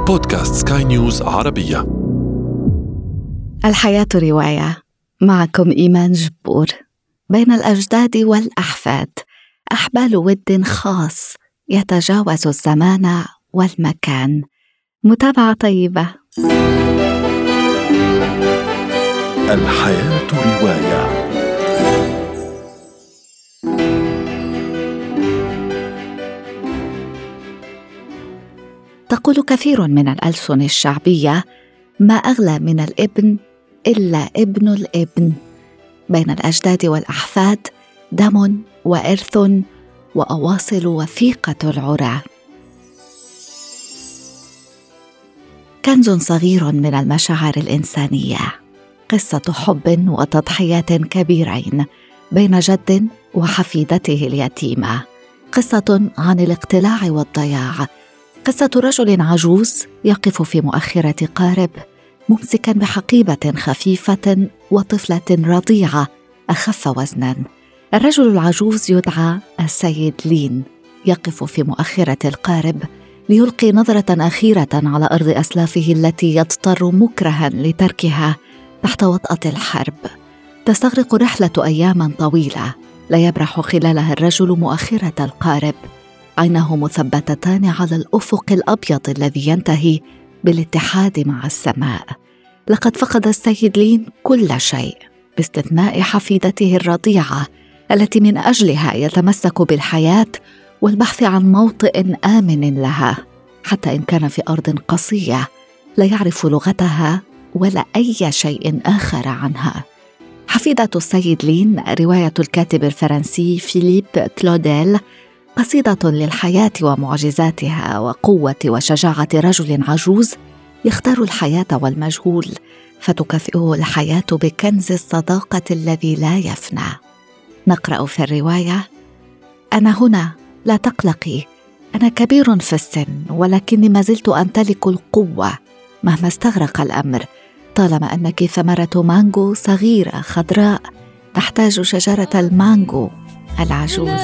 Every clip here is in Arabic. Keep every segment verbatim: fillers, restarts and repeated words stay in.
بودكاست سكاي نيوز عربية. الحياة رواية، معكم إيمان جبور. بين الأجداد والأحفاد أحبال ود خاص يتجاوز الزمان والمكان. متابعة طيبة. الحياة رواية. تقول كثير من الألسن الشعبية: ما أغلى من الابن إلا ابن الابن. بين الأجداد والأحفاد دم وإرث وأواصل وثيقة العرى. كنز صغير من المشاعر الإنسانية، قصة حب وتضحيات كبيرين بين جد وحفيدته اليتيمة، قصة عن الاقتلاع والضياع، قصة رجل عجوز يقف في مؤخرة قارب ممسكا بحقيبة خفيفة وطفلة رضيعة أخف وزنا. الرجل العجوز يدعى السيد لين، يقف في مؤخرة القارب ليلقي نظرة أخيرة على أرض أسلافه التي يضطر مكرها لتركها تحت وطأة الحرب. تستغرق رحلة أيام طويلة لا يبرح خلالها الرجل مؤخرة القارب، عيناه مثبتتان على الأفق الأبيض الذي ينتهي بالاتحاد مع السماء. لقد فقد السيد لين كل شيء باستثناء حفيدته الرضيعة التي من أجلها يتمسك بالحياة والبحث عن موطئ آمن لها، حتى إن كان في أرض قصية لا يعرف لغتها ولا أي شيء آخر عنها. حفيدة السيد لين رواية الكاتب الفرنسي فيليب كلوديل، قصيدة للحياة ومعجزاتها وقوة وشجاعة رجل عجوز يختار الحياة والمجهول، فتكافئه الحياة بكنز الصداقة الذي لا يفنى. نقرأ في الرواية: أنا هنا، لا تقلقي، أنا كبير في السن ولكني ما زلت أمتلك القوة مهما استغرق الأمر، طالما أنك ثمرة مانجو صغيرة خضراء تحتاج شجرة المانجو العجوز.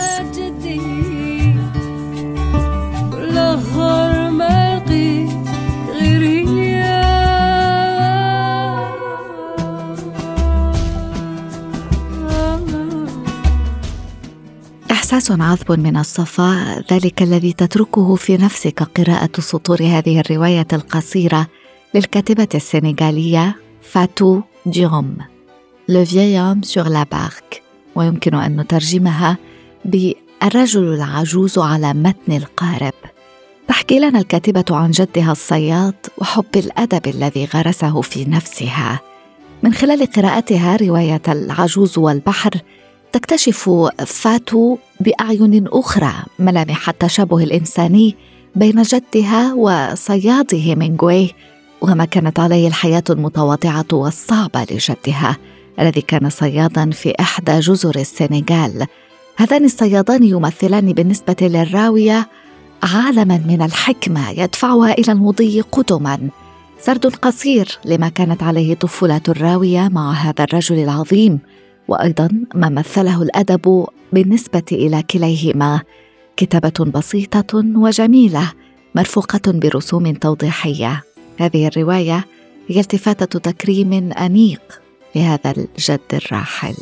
إحساس عذب من الصفاء، ذلك الذي تتركه في نفسك قراءة سطور هذه الرواية القصيرة للكاتبة السنغالية فاتو ديوم، Le vieil homme sur la barque، ويمكن أن نترجمها بالرجل العجوز على متن القارب. تحكي لنا الكاتبة عن جدها الصياد وحب الأدب الذي غرسه في نفسها. من خلال قراءتها رواية العجوز والبحر تكتشف فاتو بأعين أخرى ملامح التشابه الإنساني بين جدها وصياده مينغوي، وما كانت عليه الحياة المتواضعة والصعبة لجدها الذي كان صيادا في إحدى جزر السنغال. هذان الصيادان يمثلان بالنسبة للراوية عالماً من الحكمة يدفعها إلى المضي قدماً. سرد قصير لما كانت عليه طفولة الراوية مع هذا الرجل العظيم، وأيضاً ما مثله الأدب بالنسبة إلى كليهما. كتابة بسيطة وجميلة مرفوقة برسوم توضيحية. هذه الرواية هي التفاتة تكريم أنيق لهذا الجد الراحل.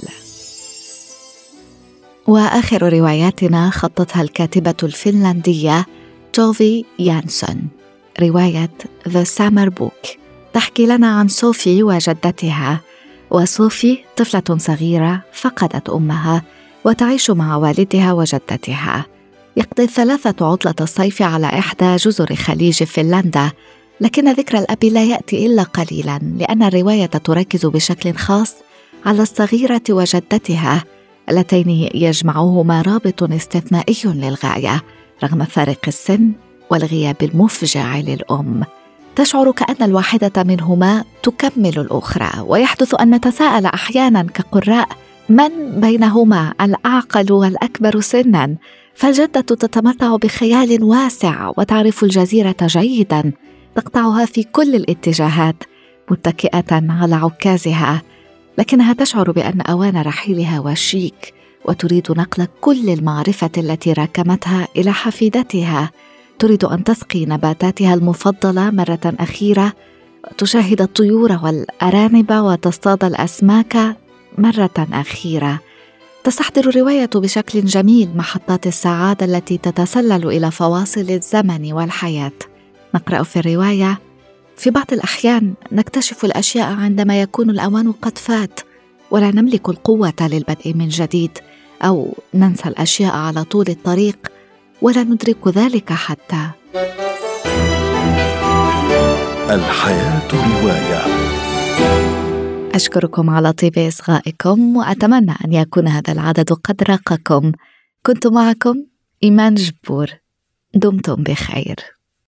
وآخر رواياتنا خطتها الكاتبة الفنلندية توفي يانسون، رواية The Summer Book. تحكي لنا عن صوفي وجدتها. وصوفي طفلة صغيرة فقدت أمها وتعيش مع والدها وجدتها. يقضي الثلاثة عطلة الصيف على إحدى جزر خليج فنلندا، لكن ذكر الأب لا يأتي إلا قليلاً، لأن الرواية تركز بشكل خاص على الصغيرة وجدتها اللتين يجمعهما رابط استثنائي للغاية رغم فارق السن والغياب المفجع للأم. تشعر كأن الواحدة منهما تكمل الأخرى، ويحدث أن نتساءل أحياناً كقراء من بينهما الأعقل والأكبر سناً. فالجدة تتمتع بخيال واسع وتعرف الجزيرة جيداً، تقطعها في كل الاتجاهات متكئة على عكازها، لكنها تشعر بأن أوان رحيلها وشيك وتريد نقل كل المعرفة التي راكمتها إلى حفيدتها. تريد أن تسقي نباتاتها المفضلة مرة أخيرة، تشاهد الطيور والأرانب وتصطاد الأسماك مرة أخيرة. تستحضر الرواية بشكل جميل محطات السعادة التي تتسلل إلى فواصل الزمن والحياة. نقرأ في الرواية: في بعض الأحيان نكتشف الأشياء عندما يكون الأوان قد فات، ولا نملك القوة للبدء من جديد، أو ننسى الأشياء على طول الطريق ولا ندرك ذلك حتى. الحياة رواية. أشكركم على طيب إصغائكم، وأتمنى أن يكون هذا العدد قد راقكم. كنت معكم إيمان جبور. دمتم بخير.